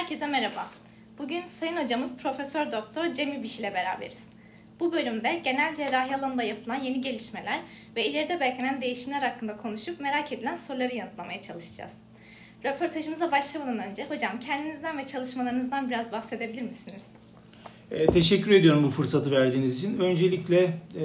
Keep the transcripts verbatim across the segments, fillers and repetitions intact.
Herkese merhaba. Bugün Sayın Hocamız Profesör Doktor Cem İbiş ile beraberiz. Bu bölümde genel cerrahi alanında yapılan yeni gelişmeler ve ileride beklenen değişimler hakkında konuşup merak edilen soruları yanıtlamaya çalışacağız. Röportajımıza başlamadan önce hocam kendinizden ve çalışmalarınızdan biraz bahsedebilir misiniz? E, teşekkür ediyorum bu fırsatı verdiğiniz için. Öncelikle e,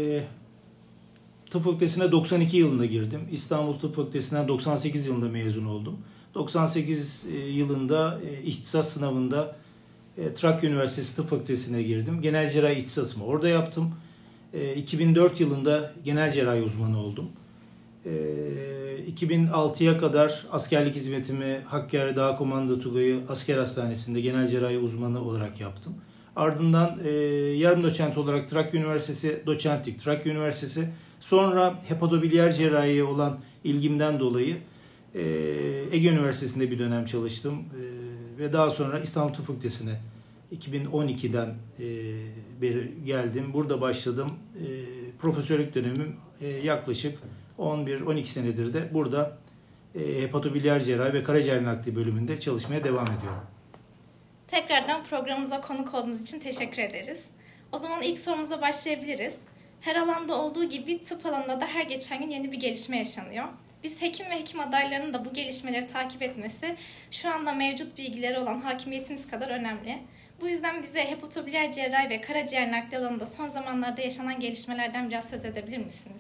tıp fakültesine doksan iki yılında girdim. İstanbul Tıp Fakültesinden doksan sekiz yılında mezun oldum. doksan sekiz yılında e, ihtisas sınavında e, Trakya Üniversitesi Tıp Fakültesi'ne girdim. Genel cerrahi ihtisasımı orada yaptım. E, iki bin dört yılında genel cerrahi uzmanı oldum. E, iki bin altıya kadar askerlik hizmetimi Hakkari Dağ Komando Tugayı Asker Hastanesi'nde genel cerrahi uzmanı olarak yaptım. Ardından e, yarım doçent olarak Trakya Üniversitesi doçentlik, Trakya Üniversitesi, sonra hepatobiliyer cerrahiye olan ilgimden dolayı e, Ege Üniversitesi'nde bir dönem çalıştım e, ve daha sonra İstanbul Tıp Fakültesi'ne iki bin on ikiden e, beri geldim. Burada başladım. E, profesörlük dönemim e, yaklaşık on bir on iki senedir de burada e, hepatobiliyer cerrahi ve karaciğer nakli bölümünde çalışmaya devam ediyorum. Tekrardan programımıza konuk olduğunuz için teşekkür ederiz. O zaman ilk sorumuza başlayabiliriz. Her alanda olduğu gibi tıp alanında da her geçen gün yeni bir gelişme yaşanıyor. Biz hekim ve hekim adaylarının da bu gelişmeleri takip etmesi şu anda mevcut bilgileri olan hakimiyetimiz kadar önemli. Bu yüzden bize hepatobiliyer cerrahi ve karaciğer nakli alanında son zamanlarda yaşanan gelişmelerden biraz söz edebilir misiniz?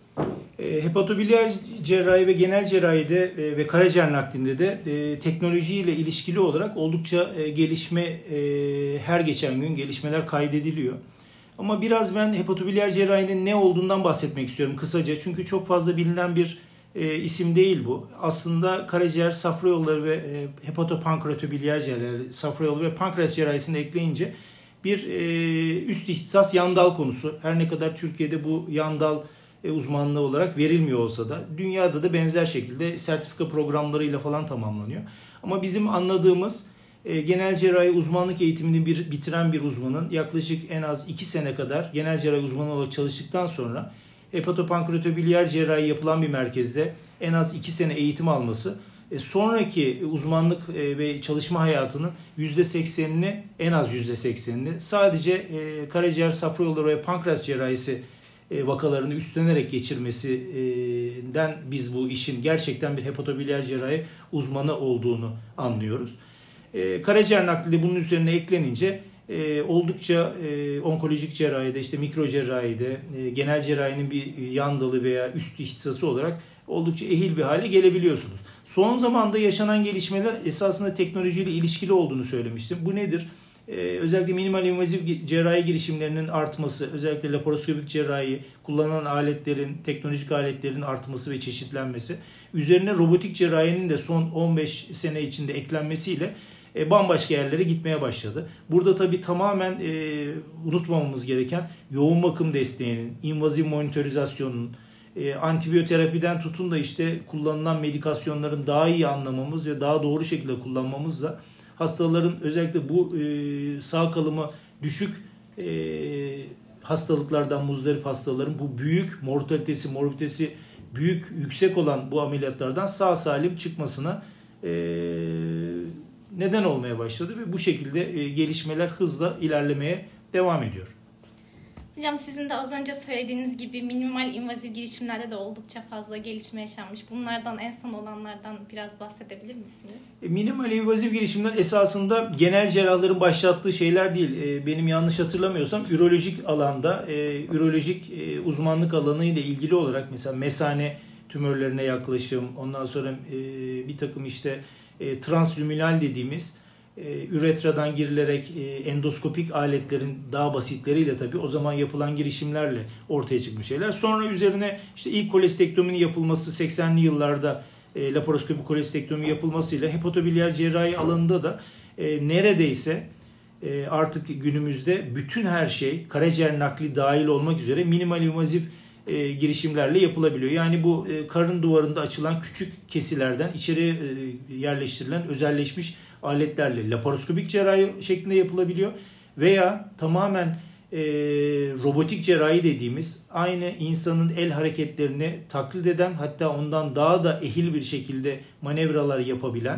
E, hepatobiliyer cerrahi ve genel cerrahide e, ve karaciğer naklinde de e, teknolojiyle ilişkili olarak oldukça e, gelişme e, her geçen gün gelişmeler kaydediliyor. Ama biraz ben hepatobiliyer cerrahinin ne olduğundan bahsetmek istiyorum kısaca. Çünkü çok fazla bilinen bir e, isim değil bu. Aslında karaciğer, safra yolları ve e, hepatopankreatobiliyer cerrahi, safra yolu ve pankreas cerrahisini ekleyince bir e, üst ihtisas yan dal konusu. Her ne kadar Türkiye'de bu yan dal e, uzmanlığı olarak verilmiyor olsa da dünyada da benzer şekilde sertifika programlarıyla falan tamamlanıyor. Ama bizim anladığımız e, genel cerrahi uzmanlık eğitimini bir, bitiren bir uzmanın yaklaşık en az iki sene kadar genel cerrahi uzmanı olarak çalıştıktan sonra hepatopankreatobiliyer cerrahi yapılan bir merkezde en az iki sene eğitim alması e, sonraki uzmanlık e, ve çalışma hayatının yüzde seksenini en az yüzde seksenini sadece e, karaciğer, safra yolları ve pankreas cerrahisi e, vakalarını üstlenerek geçirmesinden biz bu işin gerçekten bir hepatobiliyer cerrahi uzmanı olduğunu anlıyoruz. E, karaciğer nakli de bunun üzerine eklenince e, oldukça e, onkolojik cerrahide, işte mikro cerrahide, e, genel cerrahinin bir yan dalı veya üst ihtisası olarak oldukça ehil bir hale gelebiliyorsunuz. Son zamanda yaşanan gelişmeler esasında teknolojiyle ilişkili olduğunu söylemiştim. Bu nedir? Ee, özellikle minimal invazif cerrahi girişimlerinin artması, özellikle laparoskopik cerrahi, kullanılan aletlerin, teknolojik aletlerin artması ve çeşitlenmesi, üzerine robotik cerrahinin de son on beş sene içinde eklenmesiyle e, bambaşka yerlere gitmeye başladı. Burada tabii tamamen e, unutmamamız gereken yoğun bakım desteğinin, invaziv monitorizasyonun, e, antibiyoterapiden tutun da işte kullanılan medikasyonların daha iyi anlamamız ve daha doğru şekilde kullanmamızla hastaların, özellikle bu e, sağ kalımı düşük e, hastalıklardan muzdarip hastaların bu büyük mortalitesi, morbiditesi büyük, yüksek olan bu ameliyatlardan sağ salim çıkmasına e, neden olmaya başladı ve bu şekilde e, gelişmeler hızla ilerlemeye devam ediyor. Hocam sizin de az önce söylediğiniz gibi minimal invazif girişimlerde de oldukça fazla gelişme yaşanmış. Bunlardan en son olanlardan biraz bahsedebilir misiniz? E, minimal invazif girişimler esasında genel cerrahların başlattığı şeyler değil. E, benim yanlış hatırlamıyorsam ürolojik alanda, e, ürolojik e, uzmanlık alanı ile ilgili olarak mesela mesane tümörlerine yaklaşım, ondan sonra e, bir takım işte e, translüminal dediğimiz e, üretradan girilerek e, endoskopik aletlerin daha basitleriyle tabii o zaman yapılan girişimlerle ortaya çıkmış şeyler. Sonra üzerine işte ilk kolestektominin yapılması seksenli yıllarda e, laparoskopik kolestektomi yapılmasıyla hepatobiliyer cerrahi alanında da e, neredeyse e, artık günümüzde bütün her şey karaciğer nakli dahil olmak üzere minimal invazif e, girişimlerle yapılabiliyor. Yani bu e, karın duvarında açılan küçük kesilerden içeri e, yerleştirilen özelleşmiş aletlerle laparoskopik cerrahi şeklinde yapılabiliyor veya tamamen e, robotik cerrahi dediğimiz aynı insanın el hareketlerini taklit eden, hatta ondan daha da ehil bir şekilde manevralar yapabilen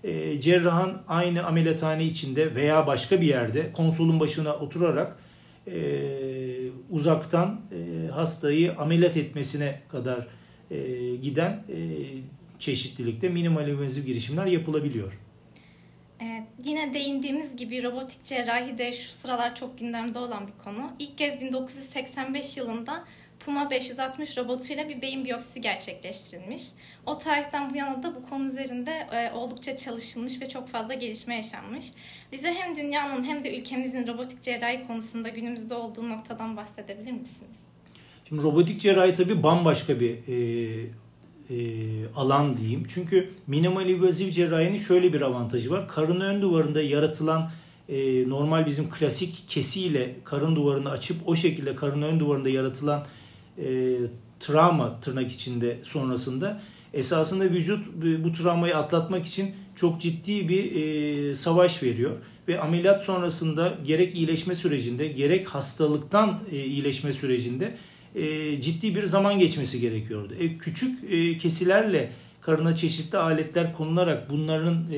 e, cerrahın aynı ameliyathane içinde veya başka bir yerde konsolun başına oturarak e, uzaktan e, hastayı ameliyat etmesine kadar e, giden e, çeşitlilikte minimal invazif girişimler yapılabiliyor. Ee, yine değindiğimiz gibi robotik cerrahi de şu sıralar çok gündemde olan bir konu. İlk kez bin dokuz yüz seksen beş yılında Puma beş yüz altmış robotuyla bir beyin biyopsisi gerçekleştirilmiş. O tarihten bu yana da bu konu üzerinde e, oldukça çalışılmış ve çok fazla gelişme yaşanmış. Bize hem dünyanın hem de ülkemizin robotik cerrahi konusunda günümüzde olduğu noktadan bahsedebilir misiniz? Şimdi robotik cerrahi tabii bambaşka bir e, e, alan diyeyim. Çünkü minimal invazif cerrahinin şöyle bir avantajı var. Karın ön duvarında yaratılan e, normal bizim klasik kesiyle karın duvarını açıp o şekilde karın ön duvarında yaratılan e, travma tırnak içinde sonrasında esasında vücut bu travmayı atlatmak için çok ciddi bir e, savaş veriyor. Ve ameliyat sonrasında gerek iyileşme sürecinde gerek hastalıktan e, iyileşme sürecinde e, ciddi bir zaman geçmesi gerekiyordu. E, küçük e, kesilerle karına çeşitli aletler konularak bunların e,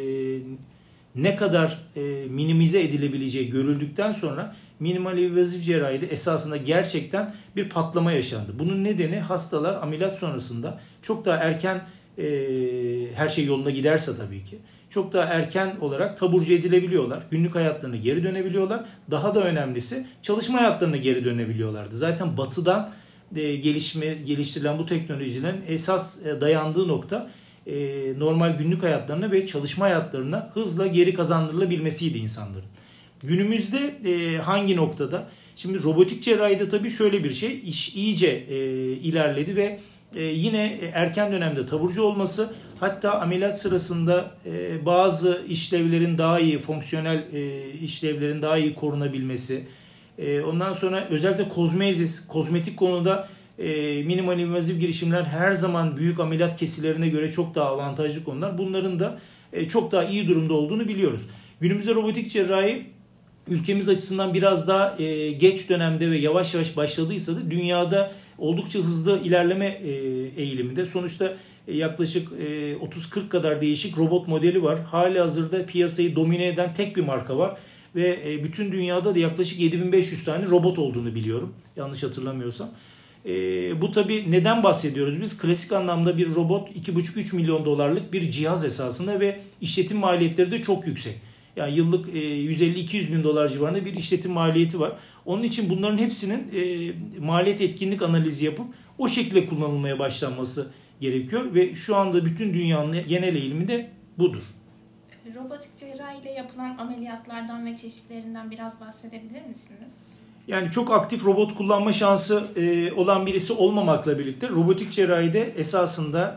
ne kadar e, minimize edilebileceği görüldükten sonra minimal invazif cerrahide esasında gerçekten bir patlama yaşandı. Bunun nedeni hastalar ameliyat sonrasında çok daha erken e, her şey yolunda giderse tabii ki çok daha erken olarak taburcu edilebiliyorlar. Günlük hayatlarına geri dönebiliyorlar. Daha da önemlisi çalışma hayatlarına geri dönebiliyorlardı. Zaten batıdan e, gelişme, geliştirilen bu teknolojilerin esas e, dayandığı nokta e, normal günlük hayatlarına ve çalışma hayatlarına hızla geri kazandırılabilmesiydi insanların. Günümüzde e, hangi noktada? Şimdi robotik cerrahide tabii şöyle bir şey, iş iyice e, ilerledi ve e, yine erken dönemde taburcu olması, hatta ameliyat sırasında e, bazı işlevlerin daha iyi, fonksiyonel e, işlevlerin daha iyi korunabilmesi, e, ondan sonra özellikle kozmezis, kozmetik konuda e, minimal invazif girişimler her zaman büyük ameliyat kesilerine göre çok daha avantajlı konular. Bunların da e, çok daha iyi durumda olduğunu biliyoruz. Günümüzde robotik cerrahi ülkemiz açısından biraz daha e, geç dönemde ve yavaş yavaş başladıysa da dünyada oldukça hızlı ilerleme e, eğiliminde. Sonuçta e, yaklaşık e, otuz kırk kadar değişik robot modeli var. Halihazırda piyasayı domine eden tek bir marka var. Ve e, bütün dünyada da yaklaşık yedi bin beş yüz tane robot olduğunu biliyorum. Yanlış hatırlamıyorsam. E, bu tabii neden bahsediyoruz? Biz klasik anlamda bir robot iki buçuk üç milyon dolarlık bir cihaz esasında ve işletim maliyetleri de çok yüksek. Yani yıllık yüz elli iki yüz bin dolar civarında bir işletim maliyeti var. Onun için bunların hepsinin maliyet etkinlik analizi yapıp o şekilde kullanılmaya başlanması gerekiyor. Ve şu anda bütün dünyanın genel eğilimi de budur. Robotik cerrahi ile yapılan ameliyatlardan ve çeşitlerinden biraz bahsedebilir misiniz? Yani çok aktif robot kullanma şansı olan birisi olmamakla birlikte robotik cerrahide esasında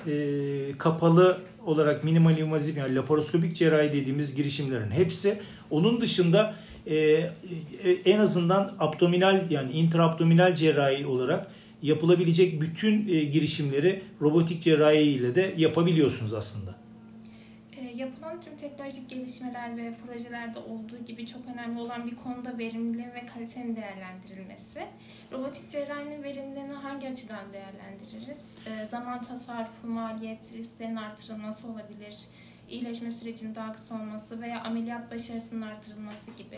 kapalı olarak minimal invazif yani laparoskopik cerrahi dediğimiz girişimlerin hepsi, onun dışında e, e, en azından abdominal yani intraabdominal cerrahi olarak yapılabilecek bütün e, girişimleri robotik cerrahi ile de yapabiliyorsunuz aslında. E, yapılan tüm teknolojik gelişmeler ve projelerde olduğu gibi çok önemli olan bir konuda verimliliğin ve kalitenin değerlendirilmesi. Robotik cerrahinin verimliliğini hangi açıdan değerlendiririz? E, zaman tasarrufu, maliyet, risklerin artırılması olabilir, iyileşme sürecinin daha kısa olması veya ameliyat başarısının artırılması gibi.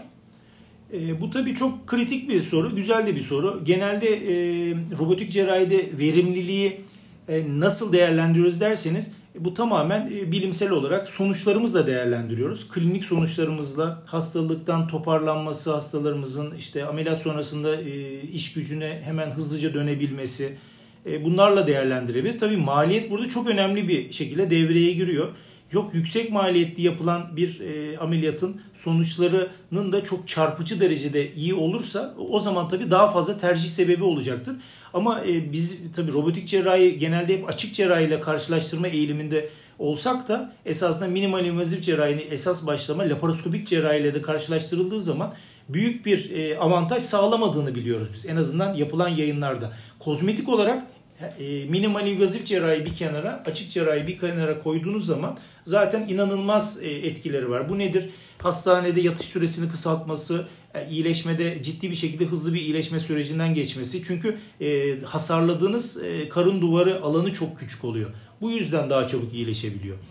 E, bu tabii çok kritik bir soru, güzel de bir soru. Genelde e, robotik cerrahide verimliliği e, nasıl değerlendiriyoruz derseniz, bu tamamen bilimsel olarak sonuçlarımızla değerlendiriyoruz. Klinik sonuçlarımızla hastalıktan toparlanması, hastalarımızın işte ameliyat sonrasında iş gücüne hemen hızlıca dönebilmesi, bunlarla değerlendirebilir. Tabii maliyet burada çok önemli bir şekilde devreye giriyor. Yok yüksek maliyetli yapılan bir ameliyatın sonuçlarının da çok çarpıcı derecede iyi olursa o zaman tabii daha fazla tercih sebebi olacaktır. Ama biz tabii robotik cerrahi genelde hep açık cerrahiyle karşılaştırma eğiliminde olsak da esasında minimal invazif cerrahinin esas başlama laparoskopik cerrahiyle de karşılaştırıldığı zaman büyük bir avantaj sağlamadığını biliyoruz biz. En azından yapılan yayınlarda. Kozmetik olarak minimal invazif cerrahi bir kenara, açık cerrahi bir kenara koyduğunuz zaman zaten inanılmaz etkileri var. Bu nedir? Hastanede yatış süresini kısaltması, iyileşmede ciddi bir şekilde hızlı bir iyileşme sürecinden geçmesi. Çünkü e, hasarladığınız e, karın duvarı alanı çok küçük oluyor. Bu yüzden daha çabuk iyileşebiliyor.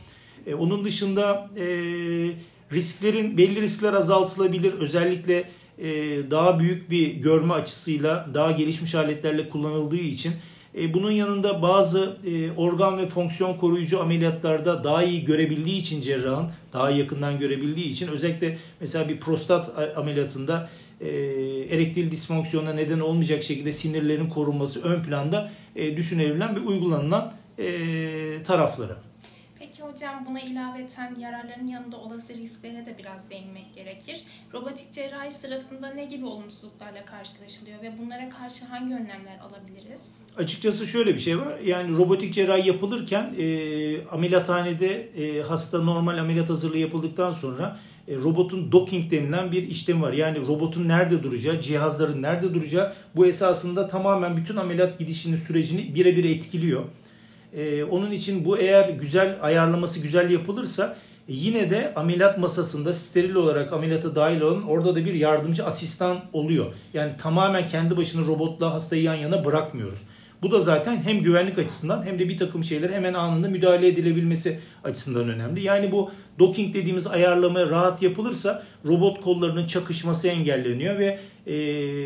E, onun dışında e, risklerin belli riskler azaltılabilir. Özellikle e, daha büyük bir görme açısıyla daha gelişmiş aletlerle kullanıldığı için. E, bunun yanında bazı e, organ ve fonksiyon koruyucu ameliyatlarda daha iyi görebildiği için cerrahın daha yakından görebildiği için özellikle mesela bir prostat ameliyatında e, erektil disfonksiyona neden olmayacak şekilde sinirlerin korunması ön planda e, düşünebilen ve uygulanılan e, tarafları. Peki hocam, buna ilaveten yararların yanında olası risklere de biraz değinmek gerekir. Robotik cerrahi sırasında ne gibi olumsuzluklarla karşılaşılıyor ve bunlara karşı hangi önlemler alabiliriz? Açıkçası şöyle bir şey var. Yani robotik cerrahi yapılırken e, ameliyathanede e, hasta normal ameliyat hazırlığı yapıldıktan sonra e, robotun docking denilen bir işlem var. Yani robotun nerede duracağı, cihazların nerede duracağı bu esasında tamamen bütün ameliyat gidişinin sürecini birebir etkiliyor. Ee, onun için bu eğer güzel ayarlaması güzel yapılırsa yine de ameliyat masasında steril olarak ameliyata dahil olan orada da bir yardımcı asistan oluyor. Yani tamamen kendi başına robotla hastayı yan yana bırakmıyoruz. Bu da zaten hem güvenlik açısından hem de bir takım şeyler hemen anında müdahale edilebilmesi açısından önemli. Yani bu docking dediğimiz ayarlama rahat yapılırsa robot kollarının çakışması engelleniyor ve e,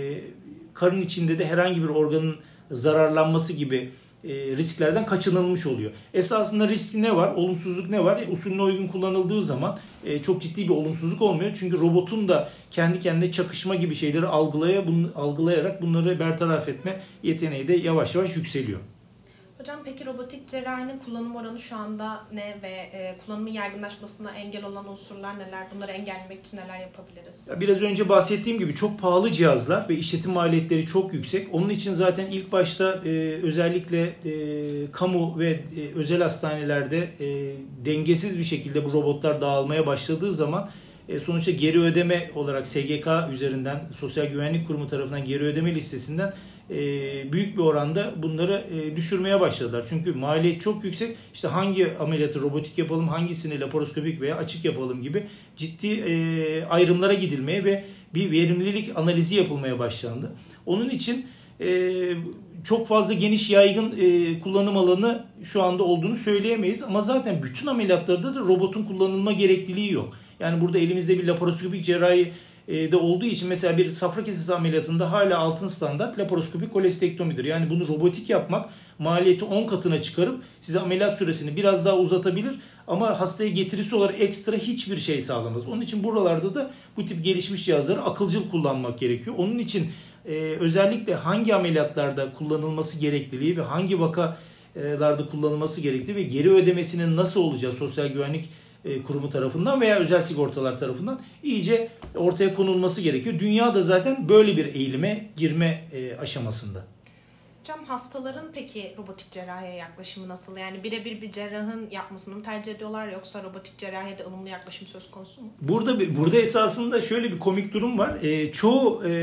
karın içinde de herhangi bir organın zararlanması gibi risklerden kaçınılmış oluyor. Esasında risk ne var? Olumsuzluk ne var? E, usulüne uygun kullanıldığı zaman e, çok ciddi bir olumsuzluk olmuyor. Çünkü robotun da kendi kendine çakışma gibi şeyleri algılaya, bunu, algılayarak bunları bertaraf etme yeteneği de yavaş yavaş yükseliyor. Hocam peki robotik cerrahinin kullanım oranı şu anda ne ve e, kullanımın yaygınlaşmasına engel olan unsurlar neler? Bunları engellemek için neler yapabiliriz? Biraz önce bahsettiğim gibi çok pahalı cihazlar ve işletim maliyetleri çok yüksek. Onun için zaten ilk başta e, özellikle e, kamu ve e, özel hastanelerde e, dengesiz bir şekilde bu robotlar dağılmaya başladığı zaman e, sonuçta geri ödeme olarak S G K üzerinden Sosyal Güvenlik Kurumu tarafından geri ödeme listesinden büyük bir oranda bunları düşürmeye başladılar. Çünkü maliyet çok yüksek. İşte hangi ameliyatı robotik yapalım, hangisini laparoskopik veya açık yapalım gibi ciddi ayrımlara gidilmeye ve bir verimlilik analizi yapılmaya başlandı. Onun için çok fazla geniş yaygın kullanım alanı şu anda olduğunu söyleyemeyiz. Ama zaten bütün ameliyatlarda da robotun kullanılma gerekliliği yok. Yani burada elimizde bir laparoskopik cerrahi de olduğu için mesela bir safra kesesi ameliyatında hala altın standart laparoskopik kolestektomidir. Yani bunu robotik yapmak maliyeti on katına çıkarıp size ameliyat süresini biraz daha uzatabilir ama hastaya getirisi olarak ekstra hiçbir şey sağlamaz. Onun için buralarda da bu tip gelişmiş cihazları akılcıl kullanmak gerekiyor. Onun için e, özellikle hangi ameliyatlarda kullanılması gerekliliği ve hangi vakalarda kullanılması gerekliliği ve geri ödemesinin nasıl olacağı Sosyal Güvenlik Kurumu tarafından veya özel sigortalar tarafından iyice ortaya konulması gerekiyor. Dünya da zaten böyle bir eğilime girme aşamasında. Hocam hastaların peki robotik cerrahiye yaklaşımı nasıl? Yani birebir bir cerrahın yapmasını mı tercih ediyorlar yoksa robotik cerrahiye de ılımlı yaklaşım söz konusu mu? Burada burada esasında şöyle bir komik durum var. E, çoğu e,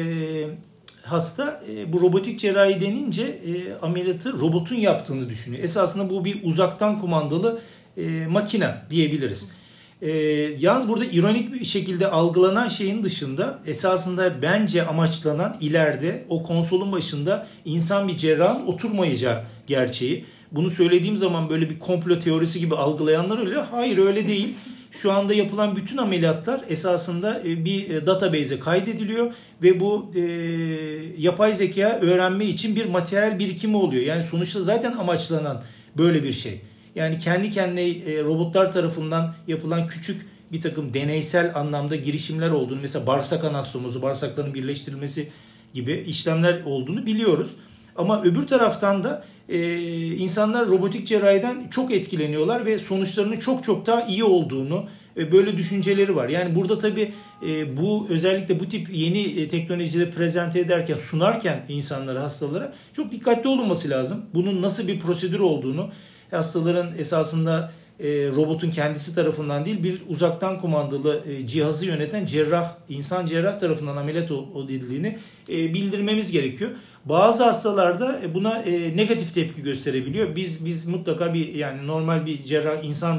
hasta e, bu robotik cerrahi denince e, ameliyatı robotun yaptığını düşünüyor. Esasında bu bir uzaktan kumandalı E, makine diyebiliriz. E, yalnız burada ironik bir şekilde algılanan şeyin dışında esasında bence amaçlanan ileride o konsolun başında insan bir cerrahın oturmayacağı gerçeği. Bunu söylediğim zaman böyle bir komplo teorisi gibi algılayanlar öyle. Hayır, öyle değil. Şu anda yapılan bütün ameliyatlar esasında bir database'e kaydediliyor ve bu e, yapay zeka öğrenme için bir materyal birikimi oluyor. Yani sonuçta zaten amaçlanan böyle bir şey. Yani kendi kendine robotlar tarafından yapılan küçük bir takım deneysel anlamda girişimler olduğunu, mesela bağırsak anastomozu, bağırsakların birleştirilmesi gibi işlemler olduğunu biliyoruz. Ama öbür taraftan da e, insanlar robotik cerrahiden çok etkileniyorlar ve sonuçlarının çok çok daha iyi olduğunu, e, böyle düşünceleri var. Yani burada tabii e, bu özellikle bu tip yeni e, teknolojileri prezente ederken, sunarken insanlara, hastalara çok dikkatli olunması lazım. Bunun nasıl bir prosedür olduğunu, hastaların esasında e, robotun kendisi tarafından değil bir uzaktan kumandalı e, cihazı yöneten cerrah, insan cerrah tarafından ameliyat edildiğini e, bildirmemiz gerekiyor. Bazı hastalarda buna e, negatif tepki gösterebiliyor. Biz biz mutlaka bir yani normal bir cerrah insan bir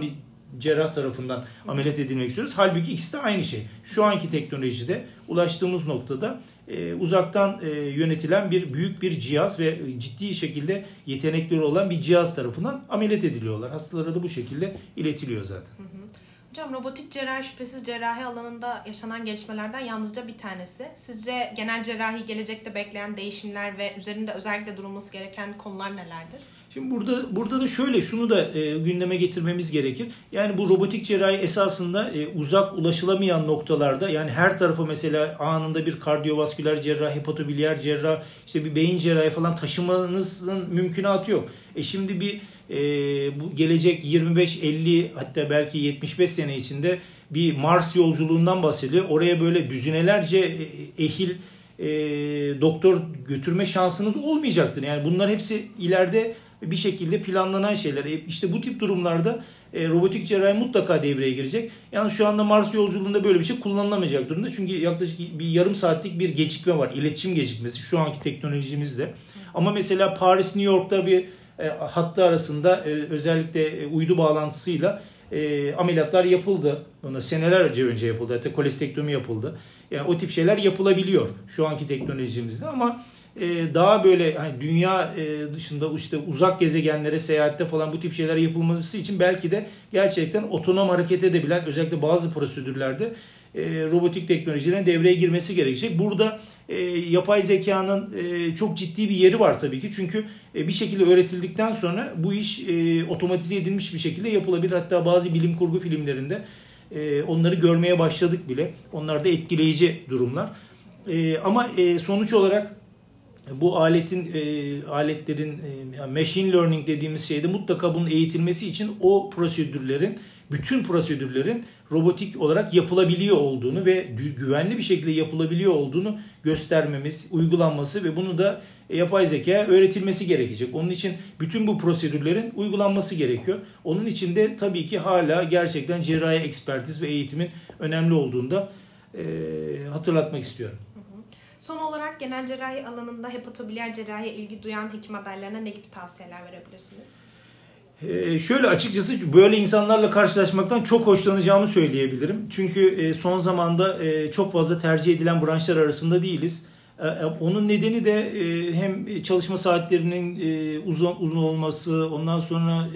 cerrah tarafından ameliyat edilmek istiyoruz. Halbuki ikisi de aynı şey. Şu anki teknolojide ulaştığımız noktada e, uzaktan e, yönetilen bir büyük bir cihaz ve ciddi şekilde yetenekleri olan bir cihaz tarafından ameliyat ediliyorlar. Hastalara da bu şekilde iletiliyor zaten. Hı hı. Hocam robotik cerrahi şüphesiz cerrahi alanında yaşanan gelişmelerden yalnızca bir tanesi. Sizce genel cerrahi gelecekte bekleyen değişimler ve üzerinde özellikle durulması gereken konular nelerdir? Şimdi burada burada da şöyle şunu da e, gündeme getirmemiz gerekir. Yani bu robotik cerrahi esasında e, uzak ulaşılamayan noktalarda, yani her tarafa mesela anında bir kardiyovasküler cerrah, hepatobiliyer cerrah, işte bir beyin cerrahi falan taşımanızın mümkünatı yok. E şimdi bir e, bu gelecek yirmi beş elli hatta belki yetmiş beş sene içinde bir Mars yolculuğundan bahsediyor. Oraya böyle düzinelerce e, ehil e, doktor götürme şansınız olmayacaktır. Yani bunlar hepsi ileride bir şekilde planlanan şeyler. İşte bu tip durumlarda e, robotik cerrahi mutlaka devreye girecek. Yani şu anda Mars yolculuğunda böyle bir şey kullanılamayacak durumda. Çünkü yaklaşık bir yarım saatlik bir gecikme var. İletişim gecikmesi şu anki teknolojimizde. Ama mesela Paris, New York'ta bir e, hattı arasında e, özellikle e, uydu bağlantısıyla e, ameliyatlar yapıldı. Ona senelerce önce yapıldı. Hatta kolestektomi yapıldı. Yani o tip şeyler yapılabiliyor şu anki teknolojimizde ama daha böyle hani dünya dışında işte uzak gezegenlere seyahatte falan bu tip şeyler yapılması için belki de gerçekten otonom hareket edebilen özellikle bazı prosedürlerde robotik teknolojilerin devreye girmesi gerekecek. Burada yapay zekanın çok ciddi bir yeri var tabii ki. Çünkü bir şekilde öğretildikten sonra bu iş otomatize edilmiş bir şekilde yapılabilir. Hatta bazı bilim kurgu filmlerinde onları görmeye başladık bile. Onlar da etkileyici durumlar. Ama sonuç olarak bu aletin e, aletlerin e, machine learning dediğimiz şeyde mutlaka bunun eğitilmesi için o prosedürlerin bütün prosedürlerin robotik olarak yapılabiliyor olduğunu ve güvenli bir şekilde yapılabiliyor olduğunu göstermemiz, uygulanması ve bunu da yapay zekaya öğretilmesi gerekecek. Onun için bütün bu prosedürlerin uygulanması gerekiyor. Onun için de tabii ki hala gerçekten cerrahi ekspertiz ve eğitimin önemli olduğunu da e, hatırlatmak istiyorum. Son olarak genel cerrahi alanında hepatobiliyer cerrahiye ilgi duyan hekim adaylarına ne gibi tavsiyeler verebilirsiniz? Ee, şöyle açıkçası böyle insanlarla karşılaşmaktan çok hoşlanacağımı söyleyebilirim. Çünkü son zamanda çok fazla tercih edilen branşlar arasında değiliz. Onun nedeni de hem çalışma saatlerinin uzun uzun olması, ondan sonra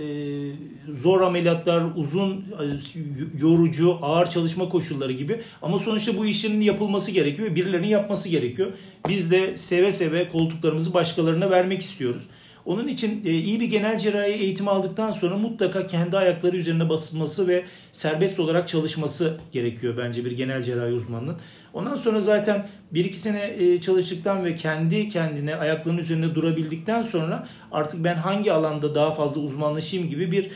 zor ameliyatlar, uzun, yorucu, ağır çalışma koşulları gibi. Ama sonuçta bu işlerin yapılması gerekiyor ve birilerinin yapması gerekiyor. Biz de seve seve koltuklarımızı başkalarına vermek istiyoruz. Onun için iyi bir genel cerrahi eğitimi aldıktan sonra mutlaka kendi ayakları üzerine basılması ve serbest olarak çalışması gerekiyor bence bir genel cerrahi uzmanının. Ondan sonra zaten bir iki sene çalıştıktan ve kendi kendine ayaklarının üzerinde durabildikten sonra artık ben hangi alanda daha fazla uzmanlaşayım gibi bir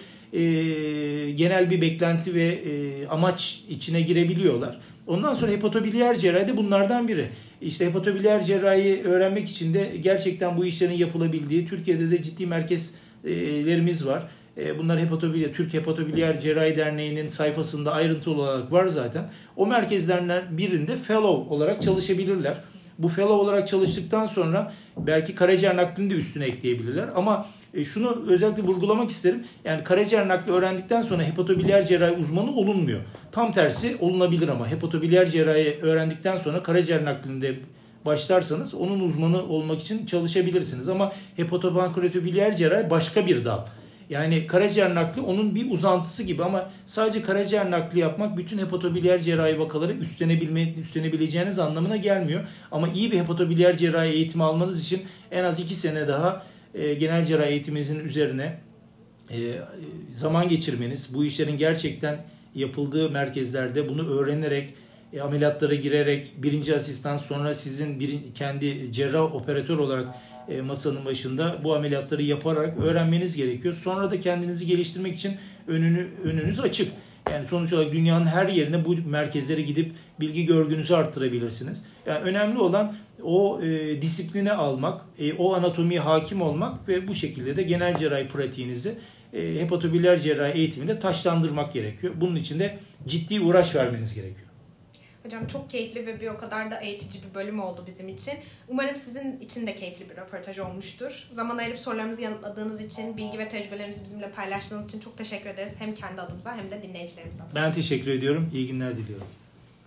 e, genel bir beklenti ve e, amaç içine girebiliyorlar. Ondan sonra hepatobiliyer cerrahi de bunlardan biri. İşte hepatobiliyer cerrahi öğrenmek için de gerçekten bu işlerin yapılabildiği Türkiye'de de ciddi merkezlerimiz var. Bunlar hepatobiliyer, Türk Hepatobiliyer Cerrahi Derneği'nin sayfasında ayrıntılı olarak var zaten. O merkezlerden birinde fellow olarak çalışabilirler. Bu fellow olarak çalıştıktan sonra belki karaciğer naklini de üstüne ekleyebilirler. Ama şunu özellikle vurgulamak isterim. Yani karaciğer nakli öğrendikten sonra hepatobiliyer cerrahi uzmanı olunmuyor. Tam tersi olunabilir ama hepatobiliyer cerrahi öğrendikten sonra karaciğer naklinde başlarsanız onun uzmanı olmak için çalışabilirsiniz. Ama hepatopankreatobiliyer cerrahi başka bir dal. Yani karaciğer nakli onun bir uzantısı gibi ama sadece karaciğer nakli yapmak bütün hepatobiliyer cerrahi vakaları üstlenebilme, üstlenebileceğiniz anlamına gelmiyor. Ama iyi bir hepatobiliyer cerrahi eğitimi almanız için en az iki sene daha e, genel cerrahi eğitiminizin üzerine e, zaman geçirmeniz, bu işlerin gerçekten yapıldığı merkezlerde bunu öğrenerek, e, ameliyatlara girerek, birinci asistan sonra sizin bir, kendi cerrah operatör olarak E, masanın başında bu ameliyatları yaparak öğrenmeniz gerekiyor. Sonra da kendinizi geliştirmek için önünü, önünüz açık. Yani sonuç olarak dünyanın her yerine bu merkezlere gidip bilgi görgünüzü arttırabilirsiniz. Yani önemli olan o e, disipline almak, e, o anatomiye hakim olmak ve bu şekilde de genel cerrahi pratiğinizi e, hepatobiliyer cerrahi eğitiminde taşlandırmak gerekiyor. Bunun için de ciddi uğraş vermeniz gerekiyor. Hocam çok keyifli ve bir o kadar da eğitici bir bölüm oldu bizim için. Umarım sizin için de keyifli bir röportaj olmuştur. Zaman ayırıp sorularımızı yanıtladığınız için, bilgi ve tecrübelerinizi bizimle paylaştığınız için çok teşekkür ederiz. Hem kendi adımıza hem de dinleyicilerimiz adına. Ben teşekkür ediyorum. İyi günler diliyorum.